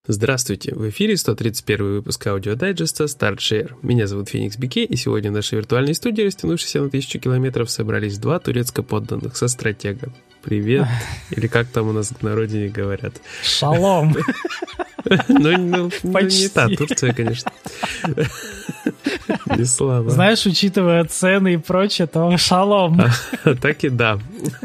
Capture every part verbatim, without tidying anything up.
Здравствуйте, в эфире сто тридцать первый выпуск аудиодайджеста StartShare. Меня зовут Феникс Бике, и сегодня в нашей виртуальной студии, растянувшейся на тысячу километров, собрались два турецко-подданных со стратега. Привет, или как там у нас на родине говорят? Шалом. Ну, не та Турция, конечно. Не слабо. Знаешь, учитывая цены и прочее, то шалом. Так и да.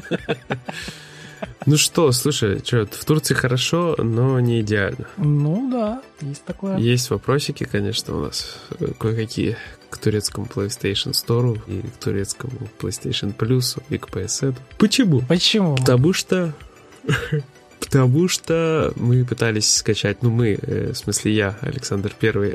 Ну что, слушай, что, в Турции хорошо, но не идеально. Ну да, есть такое. Есть вопросики, конечно, у нас кое-какие к турецкому PlayStation Store и к турецкому PlayStation Plus и к пи эс. Почему? Почему? Потому что... Потому что мы пытались скачать, ну мы, в смысле я, Александр Первый,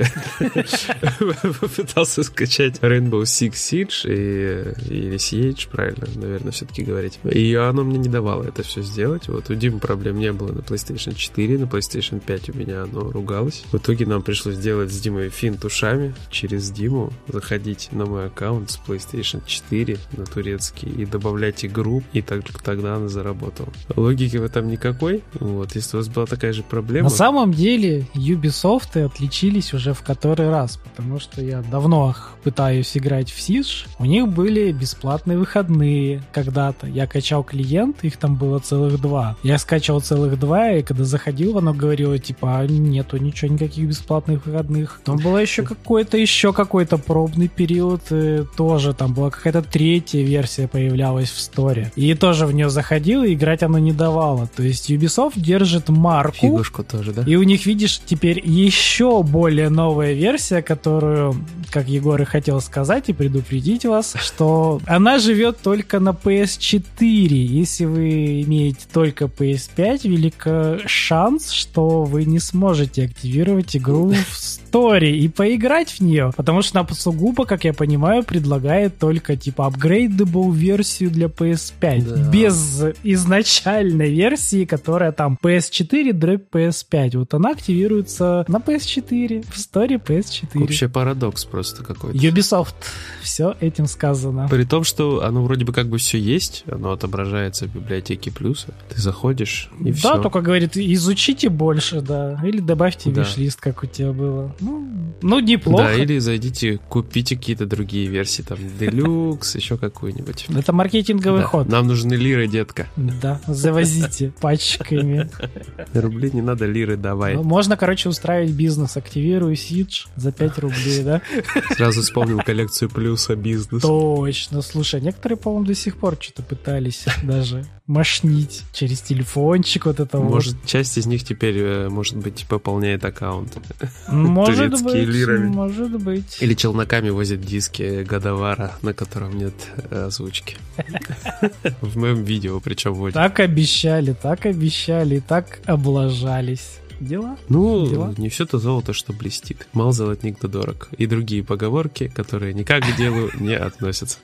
пытался скачать Rainbow Six Siege и, или Siege, правильно, наверное, все-таки говорить. И оно мне не давало это все сделать. Вот у Димы проблем не было на PlayStation четыре, на PlayStation пять у меня оно ругалось. В итоге нам пришлось делать с Димой финт ушами, через Диму заходить на мой аккаунт с PlayStation четыре на турецкий и добавлять игру, и так, тогда она заработала. Логики в этом никакой. Вот, если у вас была такая же проблема... На самом деле Ubisoft отличились уже в который раз, потому что я давно пытаюсь играть в Siege. У них были бесплатные выходные когда-то. Я качал клиент, их там было целых два. Я скачал целых два, и когда заходил, оно говорило, типа, нету ничего, никаких бесплатных выходных. Там было еще какой-то, еще какой-то пробный период, тоже там была какая-то третья версия появлялась в сторе. И тоже в нее заходил, и играть оно не давало. То есть Ubisoft держит марку. Фигушку тоже, да? И у них, видишь, теперь еще более новая версия, которую, как Егор и хотел сказать и предупредить вас, что она живет только на пи эс четыре. Если вы имеете только пи эс пять, велик шанс, что вы не сможете активировать игру в сторе и поиграть в нее. Потому что она сугубо, как я понимаю, предлагает только типа апгрейдабл версию для пи эс пять. Да. Без изначальной версии, которая там пи эс четыре дробь пи эс пять. Вот она активируется на пи эс четыре, в сторе пи эс четыре. Вообще парадокс просто какой-то. Ubisoft. Все этим сказано. При том, что оно вроде бы как бы все есть, оно отображается в библиотеке плюса. Ты заходишь и да, все. Да, только говорит, изучите больше, да. Или добавьте да. виш-лист, как у тебя было. Ну, ну, неплохо. Да, или зайдите, купите какие-то другие версии, там, Deluxe, еще какую-нибудь. Это маркетинговый да. ход. Нам нужны лиры, детка. Да, завозите пачками. Рублей не надо, лиры давай. Ну, можно, короче, устраивать бизнес. Активирую Siege за пять рублей, да? Сразу вспомнил коллекцию плюса бизнес. Точно. Слушай, некоторые, по-моему, до сих пор что-то пытались даже мошнить через телефончик вот это вот. Может, часть из них теперь, может быть, пополняет аккаунт. Может быть, лирами. Может быть. Или челноками возят диски Годовара, на котором нет озвучки. В моем видео причем водят. Так обещали, так обещали, так облажались. Дела? Ну, Дела? Не все то золото, что блестит. Мал золотник да дорог. И другие поговорки, которые никак к делу не относятся.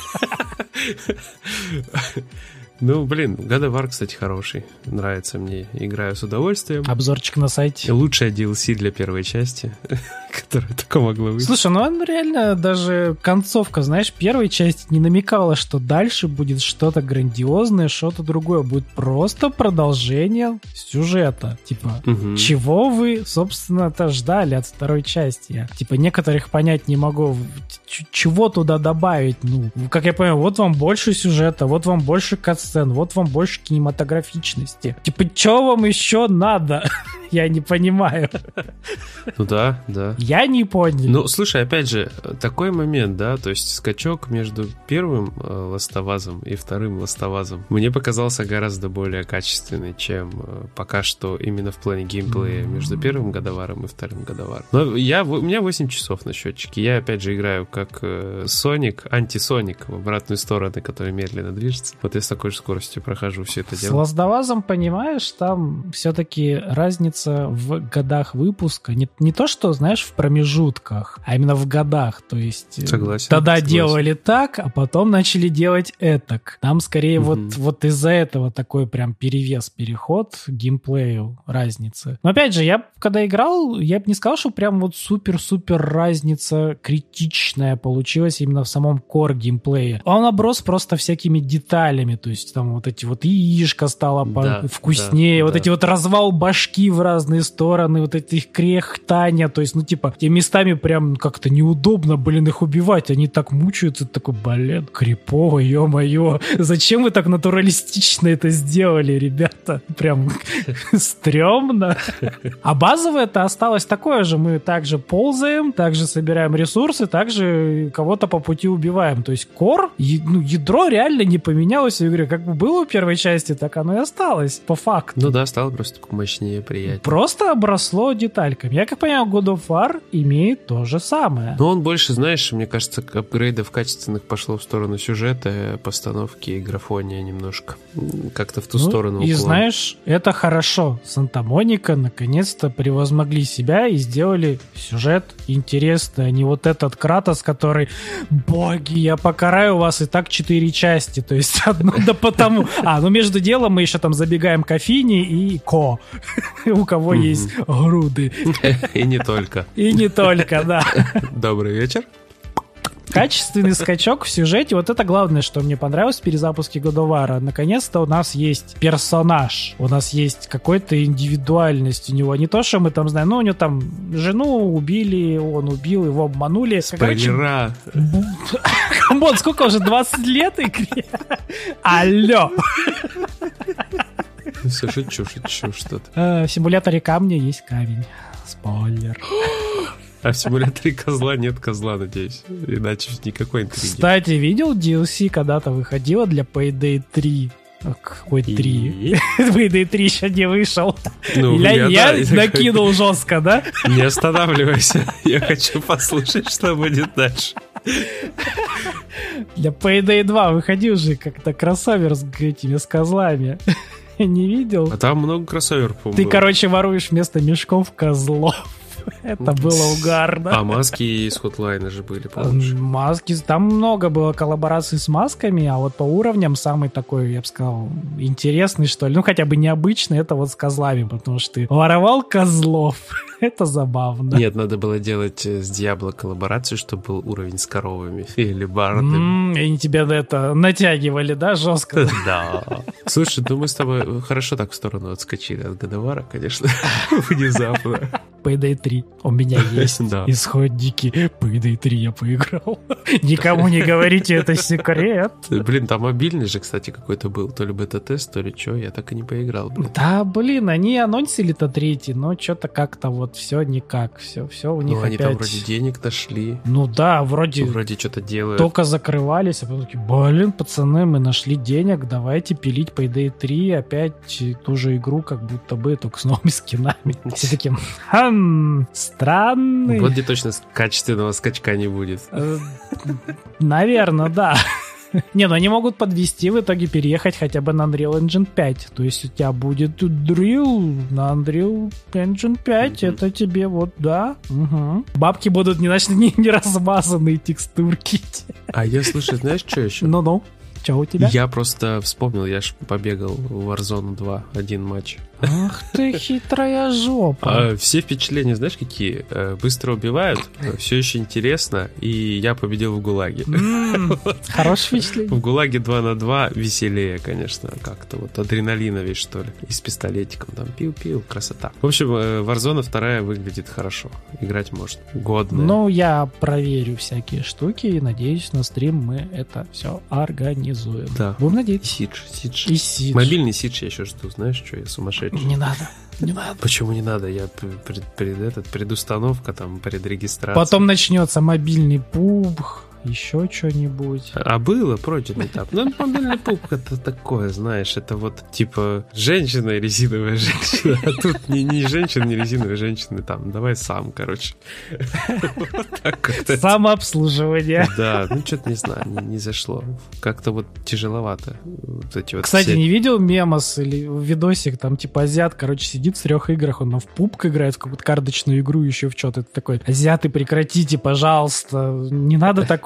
Ну, блин, God of War, кстати, хороший. Нравится мне. Играю с удовольствием. Обзорчик на сайте. Лучшая ди эл си для первой части, которая только могла выйти. Слушай, ну он реально даже концовка, знаешь, первой части не намекала, что дальше будет что-то грандиозное, что-то другое. Будет просто продолжение сюжета. Типа, угу. чего вы, собственно-то, ждали от второй части? Я, типа, некоторых понять не могу. Ч- чего туда добавить? Ну, как я понимаю, вот вам больше сюжета, вот вам больше катсцен, вот вам больше кинематографичности. Типа, что вам еще надо? Я не понимаю. Ну да, да. Я не понял. Ну, слушай, опять же, такой момент, да, то есть скачок между первым э, ластовазом и вторым ластовазом мне показался гораздо более качественный, чем э, пока что именно в плане геймплея между первым Годоваром и вторым Годоваром. Но я, у меня восемь часов на счетчике. Я, опять же, играю как э, Соник, анти-Соник в обратную сторону, который медленно движется. Вот я с такой же скоростью прохожу все это дело. С ластовазом, понимаешь, там все-таки разница в годах выпуска. Не, не то, что, знаешь, в промежутках, а именно в годах. То есть согласен, тогда согласен. делали так, а потом начали делать этак. Там скорее угу. вот, вот из-за этого такой прям перевес, переход к геймплею, разницы. Но опять же, я когда играл, я бы не сказал, что прям вот супер-супер разница критичная получилась именно в самом кор геймплее. Он оброс просто всякими деталями. То есть там вот эти вот яишко стало да, вкуснее, да, вот да. эти вот развал башки врага разные стороны, вот этих кряхтания, то есть, ну, типа, те местами прям как-то неудобно, блин, их убивать, они так мучаются, ты такой, блин, крипово, ё-моё, зачем вы так натуралистично это сделали, ребята? Прям стрёмно. А базовое-то осталось такое же, мы также ползаем, также собираем ресурсы, также кого-то по пути убиваем, то есть кор, ну, ядро реально не поменялось в игре, как бы было в первой части, так оно и осталось, по факту. Ну да, стало просто мощнее, приятнее. Просто обросло детальками. Я как понимаю, God of War имеет то же самое. Но он больше, знаешь, мне кажется, апгрейдов качественных пошло в сторону сюжета, постановки и графония немножко. Как-то в ту ну, сторону и уклон. знаешь, это хорошо. Санта-Моника наконец-то превозмогли себя и сделали сюжет интересный, а не вот этот Кратос, который, боги, я покараю вас, и так четыре части, то есть одно да потому. А, ну между делом мы еще там забегаем к Афине и Ко, у кого есть груды. И не только. И не только, да. Добрый вечер. Качественный скачок в сюжете, вот это главное, что мне понравилось в перезапуске God of War. Наконец-то у нас есть персонаж, у нас есть какая-то индивидуальность у него. Не то, что мы там знаем, ну, у него там жену убили, он убил, его обманули. Спойлера. Камон, сколько уже, двадцать лет игре? Алло! Все, шучу, шучу что-то. В симуляторе камня есть камень. Спойлер. А в симуляторе козла нет козла, надеюсь. Иначе никакой интриги. Кстати, видел ди эл си когда-то выходило для Payday три? Какой три? Payday три еще не вышел. Ну, я я да, накинул такой... жестко, да? Не останавливайся. Я хочу послушать, что будет дальше. Для Payday два выходил же как-то кроссовер с этими с козлами. Не видел? А там много кроссоверов, по-моему. Ты, короче, воруешь вместо мешков козлов. Это было угарно. А маски из Hotline же были, помнишь? Маски, там много было коллабораций с масками, а вот по уровням самый такой, я бы сказал, интересный, что ли, ну хотя бы необычный, это вот с козлами, потому что ты воровал козлов. Это забавно. Нет, надо было делать с Диабло коллаборацию, чтобы был уровень с коровами или бардами. И они тебя это натягивали, да, жестко? Да. Слушай, ну мы с тобой хорошо так в сторону отскочили от God of War, конечно, внезапно. Payday три. У меня есть да. исходники. Payday три я поиграл. Никому не говорите, это секрет. Блин, там мобильный же, кстати, какой-то был. То ли бета-тест, то ли что. Я так и не поиграл. Блин. Да, блин, они анонсили-то третий, но что-то как-то вот все никак. Все, все у них ну, они опять... там вроде денег нашли. Ну да, вроде... Вроде что-то делают. Только закрывались, а потом такие, блин, пацаны, мы нашли денег, давайте пилить Payday три, опять ту же игру, как будто бы, только с новыми скинами. Все такие, хм, странный. Вот где точно качественного скачка не будет. Наверное, да. Не, ну они могут подвести в итоге переехать хотя бы на Unreal Engine пять. То есть у тебя будет Drill на Unreal Engine пять. Mm-hmm. Это тебе вот, да. Угу. Бабки будут не, не, не размазанные текстурки. А я, слушай, знаешь, что еще? Ну-ну. Что у тебя? Я просто вспомнил, я ж побегал в Warzone два, один матч. Ах ты хитрая жопа. А, все впечатления, знаешь, какие? Быстро убивают, все еще интересно, и я победил в ГУЛАГе. Mm, вот. Хорошее впечатление. В ГУЛАГе два на два веселее, конечно, как-то вот адреналина весь, что ли. И с пистолетиком там пиу-пиу, красота. В общем, Warzone два выглядит хорошо. Играть можно. Годно. Ну, я проверю всякие штуки и надеюсь, на стрим мы это все организуем. Да. Будем надеяться. Сидж, Сидж. И Сидж. Мобильный Сидж я еще жду, знаешь, что я сумасшедший. Не надо. Не надо. Почему не надо? Я пред, пред, этот, предустановка, там, предрегистрация. Потом начнется мобильный пуб, еще что-нибудь. А было пройденный этап. Ну, мобильный пуб это такое, знаешь, это вот типа женщина и резиновая женщина. А тут не, не женщина, не резиновая женщина. Там, давай сам, короче. Самообслуживание. Да, ну что-то не знаю, не зашло. Как-то вот тяжеловато. Кстати, не видел мемос или видосик, там типа азиат, короче, сидит в трех играх, он в пубг играет, в какую-то карточную игру, еще в что-то. Это такой, азиаты, прекратите, пожалуйста. Не надо такое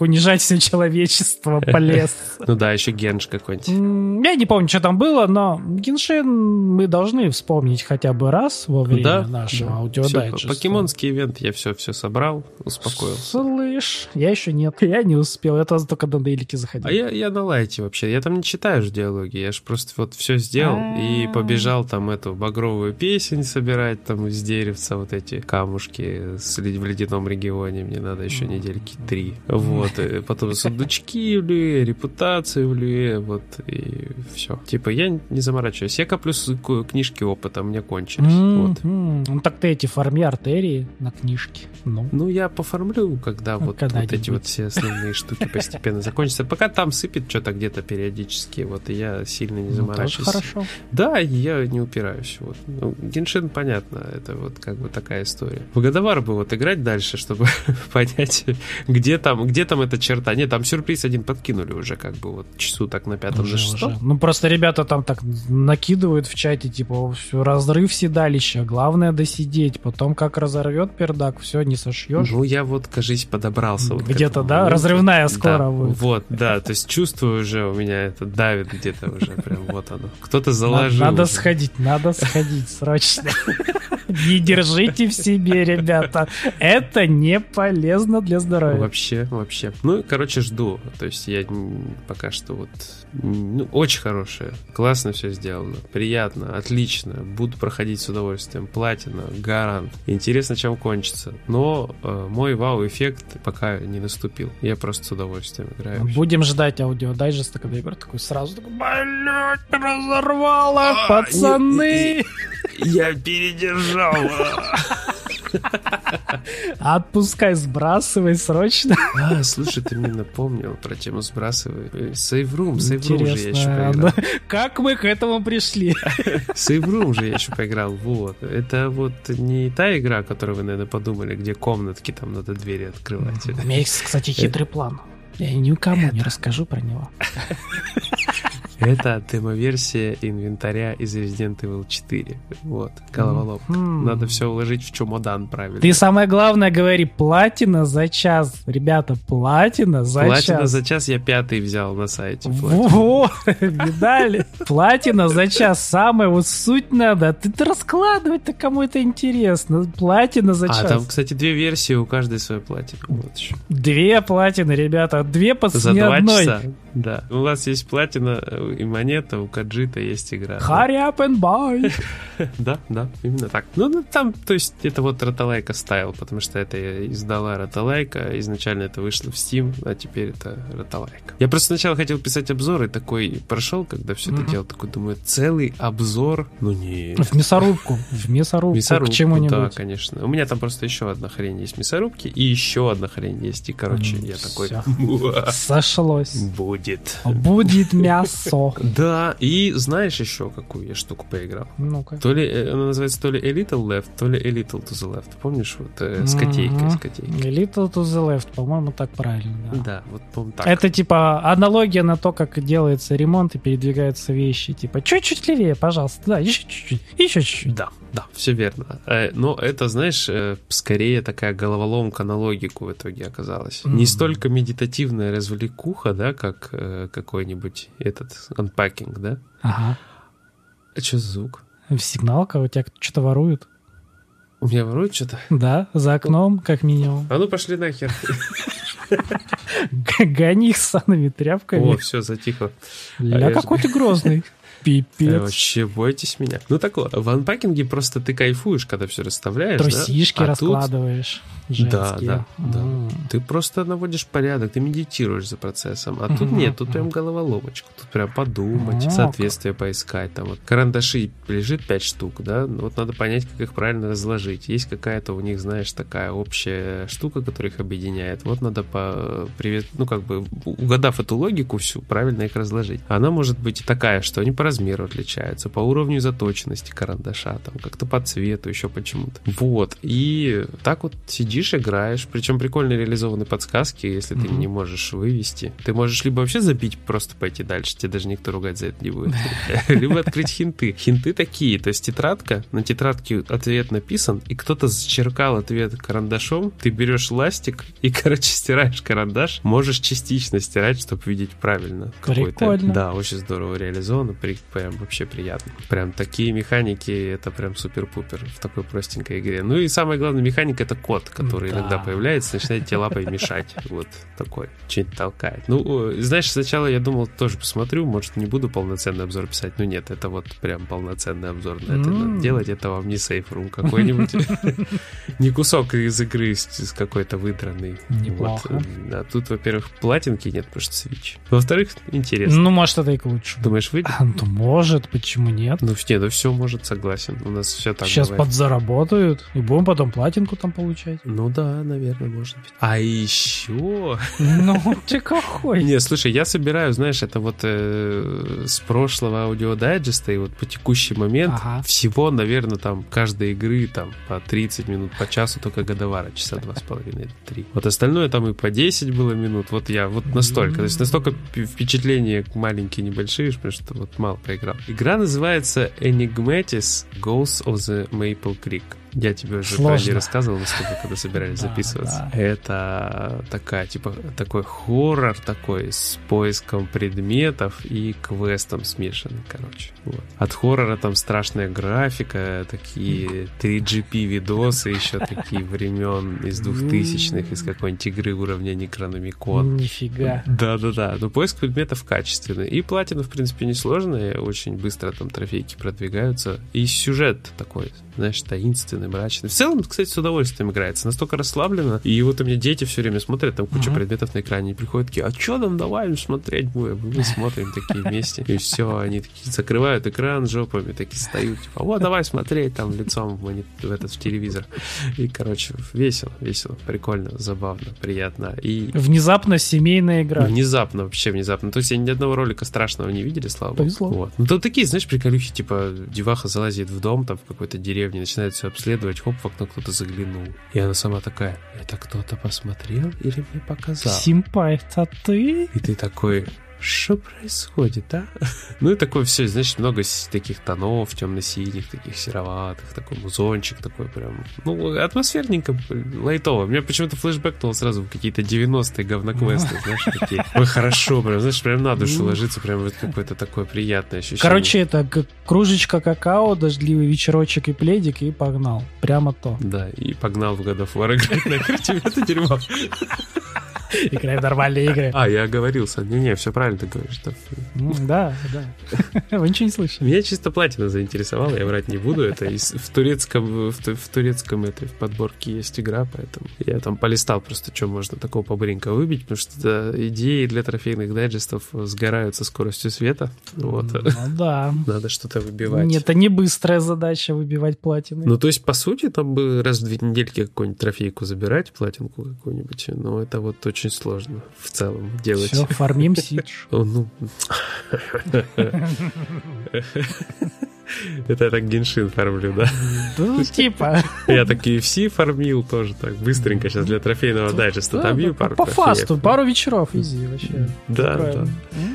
унижать все человечество полез. Ну да, еще Генш какой-нибудь. Я не помню, что там было, но Геншин мы должны вспомнить хотя бы раз во время да, нашего да. аудиодайджеста. Покемонский ивент я все-все собрал, успокоился. Слышь, я еще нет. Я не успел, я тоже только на дейлики заходил. А я, я на лайте вообще. Я там не читаю же диалоги, я же просто вот все сделал и побежал там эту багровую песень собирать там из деревца, вот эти камушки в ледяном регионе. Мне надо еще недельки три. Вот. И потом сундучки в Льюе, репутацию в Льюе, вот, и все. Типа я не заморачиваюсь. Я коплю книжки опыта, у меня кончились. Mm-hmm. Вот. Ну так ты эти форми артерии на книжке. Ну, ну я поформлю, когда ну, вот, вот эти вот все основные штуки постепенно закончатся. Пока там сыпет что-то где-то периодически, вот, и я сильно не заморачиваюсь. Ну, тоже хорошо. Да, я не упираюсь. Вот. Ну, Геншин, понятно, это вот как бы такая история. В Годовар бы вот играть дальше, чтобы понять, где там, где там эта черта. Нет, там сюрприз один подкинули уже, как бы вот часу так на пятом, уже, на шестом. Уже. Ну, просто ребята там так накидывают в чате, типа, все, разрыв седалища, главное досидеть, потом как разорвет пердак, все, не сошьешь. Ну, я вот, кажись, подобрался. Вот где-то, да? Моменту. Разрывная скоро да, будет. Вот, да, то есть чувствую уже, у меня это давит где-то уже, прям вот оно. Кто-то заложил. Надо уже. сходить, надо сходить срочно. Не держите в себе, ребята. Это не полезно для здоровья. Вообще, вообще. Ну, короче, жду. То есть я пока что вот... Ну, очень хорошее. Классно все сделано. Приятно, отлично. Буду проходить с удовольствием. Платина, гарант. Интересно, чем кончится. Но э, мой вау-эффект пока не наступил. Я просто с удовольствием играю. Будем ждать аудиодайджеста, когда Егор такой сразу такой: блять, разорвало, пацаны! Я передержал. Отпускай, сбрасывай срочно. А, слушай, ты мне напомнил про тему сбрасывай. Save Room, Save Room же я еще поиграл. Как мы к этому пришли? Save Room же я еще поиграл, вот. Это вот не та игра, о которой вы, наверное, подумали, где комнатки, там надо двери открывать. У меня есть, кстати, хитрый план. Я никому не расскажу про него. Это демо-версия инвентаря из Resident Evil четыре. Вот, головоломка. Mm-hmm. Надо все уложить в чемодан правильно. Ты самое главное говори: платина за час. Ребята, платина за платина час. Платина за час я пятый взял на сайте. Во, видали? Платина за час. Самая вот суть надо. Ты раскладывать-то кому это интересно. Платина за час. А там, кстати, две версии, у каждой своя платина. Вот еще. Две платины, ребята. Две по цене одной. За два часа. Да. У вас есть платина и монета, у Каджита есть игра. Hurry up and buy. Да, да, именно так. Ну, ну, там, то есть, это вот Роталайка стайл, потому что это издала Роталайка, изначально это вышло в Steam, а теперь это Роталайка. Я просто сначала хотел писать обзор, и такой прошел, когда все это делал, такой думаю, целый обзор, ну не... В мясорубку, в мясорубку, мясорубку к чему-нибудь. Да, конечно. У меня там просто еще одна хрень есть мясорубки, и еще одна хрень есть, и, короче, mm, я такой... Сошлось. Будет. Будет мясо. Да, и знаешь еще, какую я штуку поиграл? Ну-ка. То ли она называется то ли A Little Left, то ли A Little to the Left. Помнишь, вот э, с котейкой, mm-hmm. с котейкой. A Little to the Left, по-моему, так правильно. Да, да вот, по-моему, так. Это типа аналогия на то, как делается ремонт и передвигаются вещи. Типа, чуть-чуть левее, пожалуйста. Да, еще чуть-чуть, еще чуть-чуть. Да, да, все верно. Э, но это, знаешь, э, скорее такая головоломка на логику в итоге оказалась. Mm-hmm. Не столько медитативная развлекуха, да, как э, какой-нибудь этот unpacking, да? Ага. А что за звук? Сигналка, у тебя что-то воруют. У меня воруют что-то? Да, за окном, как минимум. А ну пошли нахер. Гони их санными тряпками. О, все, затихло. Ля, какой ты грозный. Пипец. Вообще, бойтесь меня. Ну так вот, в анпакинге просто ты кайфуешь, когда все расставляешь. Трусишки да? а раскладываешь. Тут... Да, да, да. Mm. Ты просто наводишь порядок, ты медитируешь за процессом. А тут mm-hmm. нет, тут прям головоломочку. Тут прям подумать, mm-hmm. соответствие поискать. Там вот карандаши лежит пять штук, да, вот надо понять, как их правильно разложить. Есть какая-то у них, знаешь, такая общая штука, которая их объединяет. Вот надо по... ну как бы, угадав эту логику всю, правильно их разложить. Она может быть такая, что они по размеру отличаются, по уровню заточенности карандаша, там, как-то по цвету, еще почему-то. Вот. И так вот сидишь, играешь. Причем прикольно реализованы подсказки, если mm-hmm. ты не можешь вывести. Ты можешь либо вообще забить, просто пойти дальше, тебе даже никто ругать за это не будет. Либо открыть хинты. Хинты такие, то есть тетрадка, на тетрадке ответ написан, и кто-то зачеркал ответ карандашом, ты берешь ластик и, короче, стираешь карандаш, пейзаж можешь частично стирать, чтобы видеть правильно. Прикольно. Да, очень здорово реализовано, при, прям вообще приятно. Прям такие механики, это прям супер-пупер в такой простенькой игре. Ну и самая главная механика — это кот, который да. иногда появляется, начинает тебе лапой мешать. Вот такой, что-нибудь толкает. Ну, знаешь, сначала я думал, тоже посмотрю, может, не буду полноценный обзор писать, но нет, это вот прям полноценный обзор на это надо делать, это вам не сейф-рум какой-нибудь, не кусок из игры с какой-то выдранный. Неплохо. А тут, во-первых, платинки нет, потому что Switch. Во-вторых, интересно. Ну, может, это и к лучшему. Думаешь, выйдет? А, ну, может, почему нет? Ну, не, ну все может, согласен. У нас все так Сейчас бывает. подзаработают, и будем потом платинку там получать. Ну да, наверное, может быть. А еще... Ну, ты какой? Не, слушай, я собираю, знаешь, это вот э, с прошлого аудиодайджеста, и вот по текущий момент ага. всего, наверное, там каждой игры там по тридцать минут, по часу только годовара, часа два с половиной, три. Вот остальное там и по десять было минут. Вот я вот настолько. То есть настолько впечатления маленькие, небольшие, потому что вот мало поиграл. Игра называется Enigmatis Ghosts of the Maple Creek. Я тебе уже Сложно. про нее рассказывал, мы с тобой, когда собирались да, записываться. Да. Это такая, типа, такой хоррор такой с поиском предметов и квестом смешанный, короче. Вот. От хоррора там страшная графика, такие три джи пи-видосы еще такие времен из двухтысячных, из какой-нибудь игры уровня Necronomicon. Нифига. Да-да-да, но поиск предметов качественный. И платина, в принципе, несложная, очень быстро там трофейки продвигаются. И сюжет такой, знаешь, таинственный, мрачный. В целом, кстати, с удовольствием играется. Настолько расслабленно. И вот у меня дети все время смотрят, там куча uh-huh. предметов на экране, и приходят такие, а что нам, давай смотреть будем? Мы смотрим такие вместе. И все, они такие закрывают экран жопами, такие встают, типа, вот, давай смотреть там лицом в, монит... в этот в телевизор. И, короче, весело, весело, прикольно, забавно, приятно. И... Внезапно семейная игра. Внезапно, вообще внезапно. То есть, ни одного ролика страшного не видели, слава богу. Повезло. Вот. Ну, там такие, знаешь, приколюхи, типа, деваха залазит в дом, там, в какой-то деревне, начинает все обследовать, хоп, в окно кто-то заглянул. И она сама такая, это кто-то посмотрел или мне показал? Симпай, это ты? И ты такой... Что происходит, а? Ну и такое все, значит, много таких тонов, темно-синих, таких сероватых, такой музончик такой прям, ну, атмосферненько, лайтово. Мне почему-то флешбэкнул сразу в какие-то девяностые говноквесты, знаешь, такие. Ой, хорошо, прям, знаешь, прям на душу ложится, прям вот какое-то такое приятное ощущение. Короче, это кружечка какао, дождливый вечерочек и пледик, и погнал. Прямо то. Да, и погнал в God of War играть, нахер тебе это дерьмо. Играем в нормальные игры. А, я оговорился. Не-не, все правильно ты говоришь. Что... Да, да. Вы ничего не слышали. Меня чисто платина заинтересовала, я врать не буду. Это из, в турецком, в, в турецком этой в подборке есть игра, поэтому я там полистал просто, что можно такого побренько выбить, потому что да, идеи для трофейных дайджестов сгорают со скоростью света. Вот. Ну да. Надо что-то выбивать. Нет, это не быстрая задача выбивать платины. Ну, то есть, по сути, там бы раз в две недельки какую-нибудь трофейку забирать, платинку какую-нибудь, но это вот очень сложно в целом делать. Все, фармим Сидж. Ну... Это я так Геншин фармлю, да? Ну, типа. Я так ю эф си фармил тоже так быстренько сейчас для трофейного дайджеста. Там бью пару По фасту, пару вечеров, изи вообще. Да, да.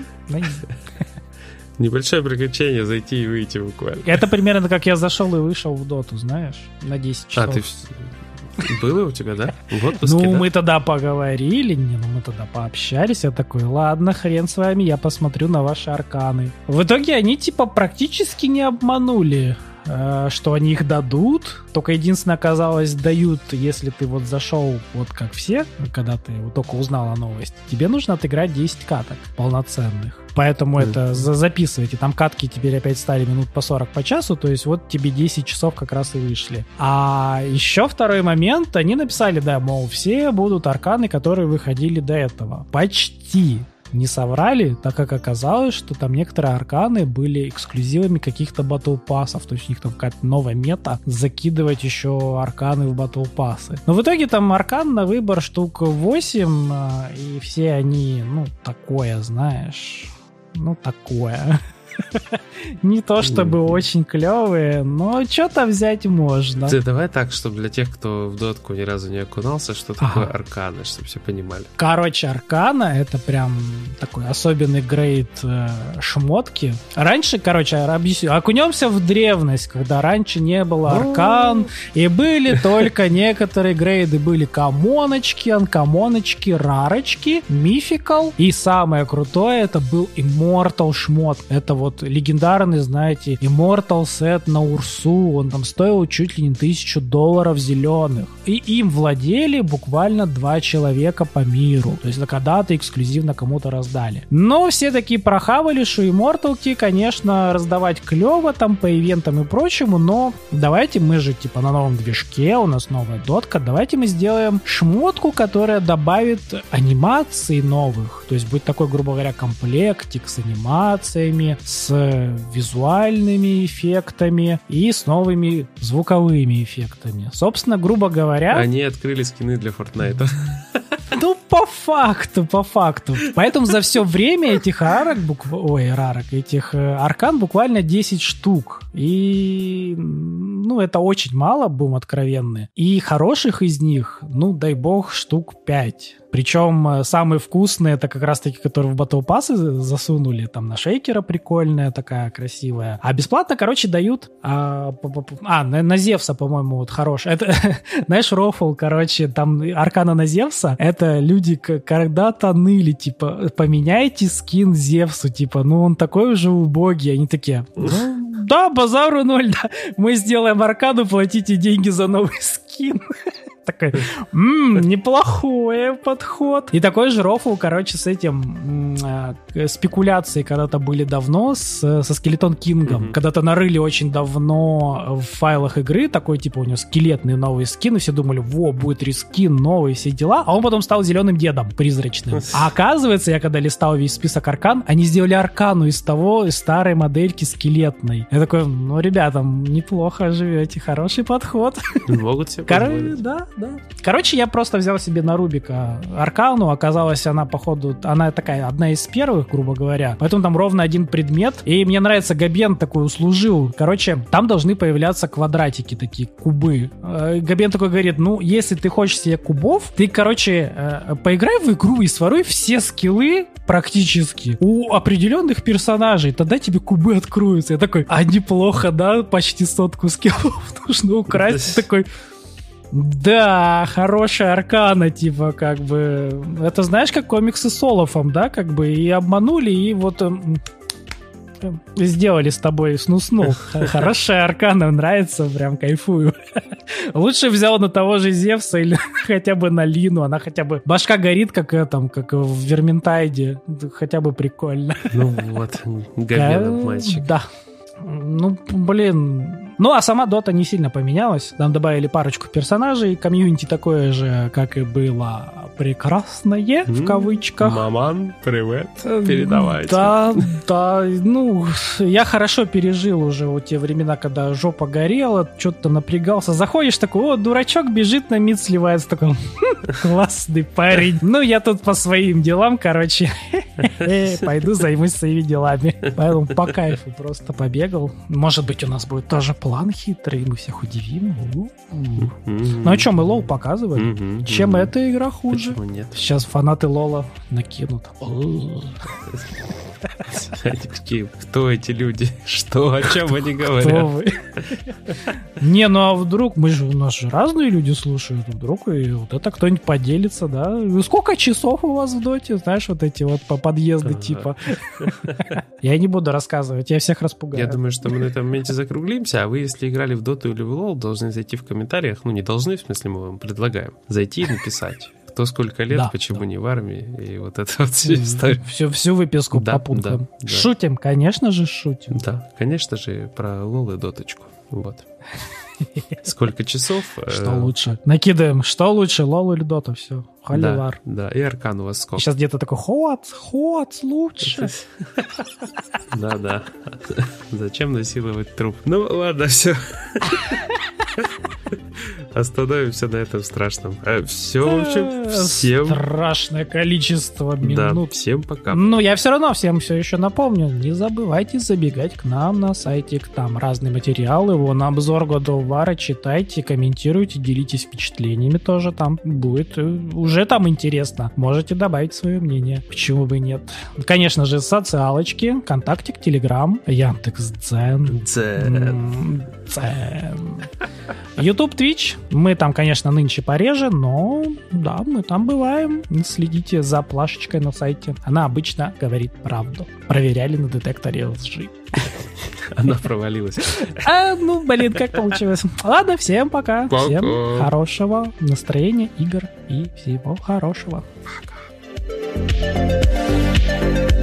Небольшое приключение, зайти и выйти буквально. Это примерно как я зашел и вышел в доту, знаешь, на десять часов. А, ты... Было у тебя, да? В отпуске, ну, да? мы тогда поговорили, не, ну мы тогда пообщались, я такой, ладно, хрен с вами, я посмотрю на ваши арканы. В итоге они типа практически не обманули, э, что они их дадут, только единственное оказалось, дают, если ты вот зашел вот как все, когда ты вот только узнал о новости, тебе нужно отыграть десять каток полноценных. Поэтому mm-hmm. это записывайте. Там катки теперь опять стали минут по сорок по часу, то есть вот тебе десять часов как раз и вышли. А еще второй момент, они написали, да, мол, все будут арканы, которые выходили до этого. Почти не соврали, так как оказалось, что там некоторые арканы были эксклюзивами каких-то батл пассов, то есть у них там какая-то новая мета закидывать еще арканы в батл пассы. Но в итоге там аркан на выбор штук восемь, и все они, ну, такое, знаешь, ну, такое. Не то чтобы очень клевые, но что-то взять можно. Ты давай так, чтобы для тех, кто в дотку ни разу не окунался, что такое ага. Аркана, чтобы все понимали. Короче, Аркана — это прям такой особенный грейд э, шмотки. Раньше, короче, объясню, окунемся в древность, когда раньше не было Аркан, и были только некоторые грейды. Были комоночки, анкомоночки, рарочки, мификал, и самое крутое — это был Immortal шмот. Это вот легендарный, знаете, Immortal сет на Урсу. Он там стоил чуть ли не тысячу долларов зеленых. И им владели буквально два человека по миру. То есть когда-то эксклюзивно кому-то раздали. Но все такие прохавали, что Immortal'ки, конечно, раздавать клево там по ивентам и прочему, но давайте мы же типа на новом движке, у нас новая дотка, давайте мы сделаем шмотку, которая добавит анимаций новых. То есть будет такой, грубо говоря, комплектик с анимациями, с визуальными эффектами и с новыми звуковыми эффектами. Собственно, грубо говоря... Они открыли скины для Fortnite. Ну, по факту, по факту. Поэтому за все время этих арок, букв... ой, рарок, этих э, аркан буквально десять штук. И, ну, это очень мало, будем откровенны. И хороших из них, ну, дай бог, штук пять. Причем самые вкусные, это как раз-таки, которые в Battle Pass засунули. Там на Шейкера прикольная, такая красивая. А бесплатно, короче, дают... А, а на, на Зевса, по-моему, вот хороший. Это, знаешь, рофл, короче, там аркана на Зевса. Это люди когда-то ныли, типа, поменяйте скин Зевсу, типа, ну он такой уже убогий. Они такие... Да, базару ноль, да. Мы сделаем аркану, платите деньги за новый скин. Такой, ммм, неплохой подход. И такой же рофл, короче, с этим э, спекуляции когда-то были давно с, со Скелетон Кингом. Mm-hmm. Когда-то нарыли очень давно в файлах игры такой, типа, у него скелетный новый скин, и все думали, во, будет рескин, новый, все дела. А он потом стал зеленым дедом, призрачным. А оказывается, я когда листал весь список аркан, они сделали аркану из того, из старой модельки скелетной. Я такой, ну, ребята, неплохо живете, хороший подход. Могут себе позволить. Да, да. Короче, я просто взял себе на Рубика аркану, оказалось, она, походу, она такая, одна из первых, грубо говоря, поэтому там ровно один предмет, и мне нравится, Габен такой услужил, короче, там должны появляться квадратики такие, кубы. Габен такой говорит, ну, если ты хочешь себе кубов, ты, короче, поиграй в игру и своруй все скиллы практически у определенных персонажей, тогда тебе кубы откроются. Я такой, а неплохо, да, почти сотку скиллов нужно украсть, такой... Да, хорошая аркана, типа, как бы... Это знаешь, как комиксы с Олафом, да, как бы, и обманули, и вот... Сделали с тобой снус-ну. Хорошая аркана, нравится, прям кайфую. Лучше взял на того же Зевса или хотя бы на Лину. Она хотя бы... Башка горит, как этом, как в Верминтайде. Хотя бы прикольно. Ну вот, Габен мальчик. Да. Ну, блин... Ну, а сама Дота не сильно поменялась. Нам добавили парочку персонажей. Комьюнити такое же, как и было прекрасное, mm, в кавычках. Маман, привет, передавайте. Да, да, ну, я хорошо пережил уже вот те времена, когда жопа горела, что-то напрягался. Заходишь такой, о, дурачок бежит на мид, сливается, такой, классный парень. Ну, я тут по своим делам, короче, пойду займусь своими делами. Поэтому по кайфу просто побегал. Может быть, у нас будет тоже план хитрый, мы всех удивим. Ну, а что, мы лол показывали? Чем эта игра хуже? Почему нет? Сейчас фанаты лола накинут. Такие, кто эти люди? Что, о чем они говорят? Не, ну а вдруг, мы же, у нас же разные люди слушают, вдруг и вот это кто-нибудь поделится, да? Сколько часов у вас в доте, знаешь, вот эти вот по подъезды типа? Я не буду рассказывать, я всех распугаю. Я думаю, что мы на этом моменте закруглимся, а вы, если играли в доту или в лол, должны зайти в комментариях, ну не должны, в смысле мы вам предлагаем, зайти и написать. Кто сколько лет, да, почему да. не в армии, и вот это вот всю историю. Всю, всю выписку да, по пунктам. Да, да. Шутим, конечно же, шутим. Да, конечно же, про лол и доточку. Вот. Сколько часов? Что лучше? Накидаем, что лучше, лол или дота, все. Холивар. Да, да, и аркан у вас сколько? Сейчас где-то такой, хоц, хоц, лучше. Да-да. Зачем насиловать труп? Ну, ладно, все. Остановимся на этом страшном. Все, в общем, всем... Страшное количество минут. Да, всем пока. Ну, я все равно всем все еще напомню. Не забывайте забегать к нам на сайтик. Там разные материалы. Вон обзор God of War. Читайте, комментируйте, делитесь впечатлениями тоже. Там будет уже там интересно. Можете добавить свое мнение. Почему бы и нет? Конечно же, социалочки, контактик, Телеграм, Яндекс.Дзен. Дзен. Дзен. YouTube, Twitch. Мы там, конечно, нынче пореже, но да, мы там бываем. Следите за плашечкой на сайте. Она обычно говорит правду. Проверяли на детекторе лжи. Она провалилась. А, ну, блин, как получилось. Ладно, всем пока. пока. Всем хорошего настроения, игр и всего хорошего. Пока.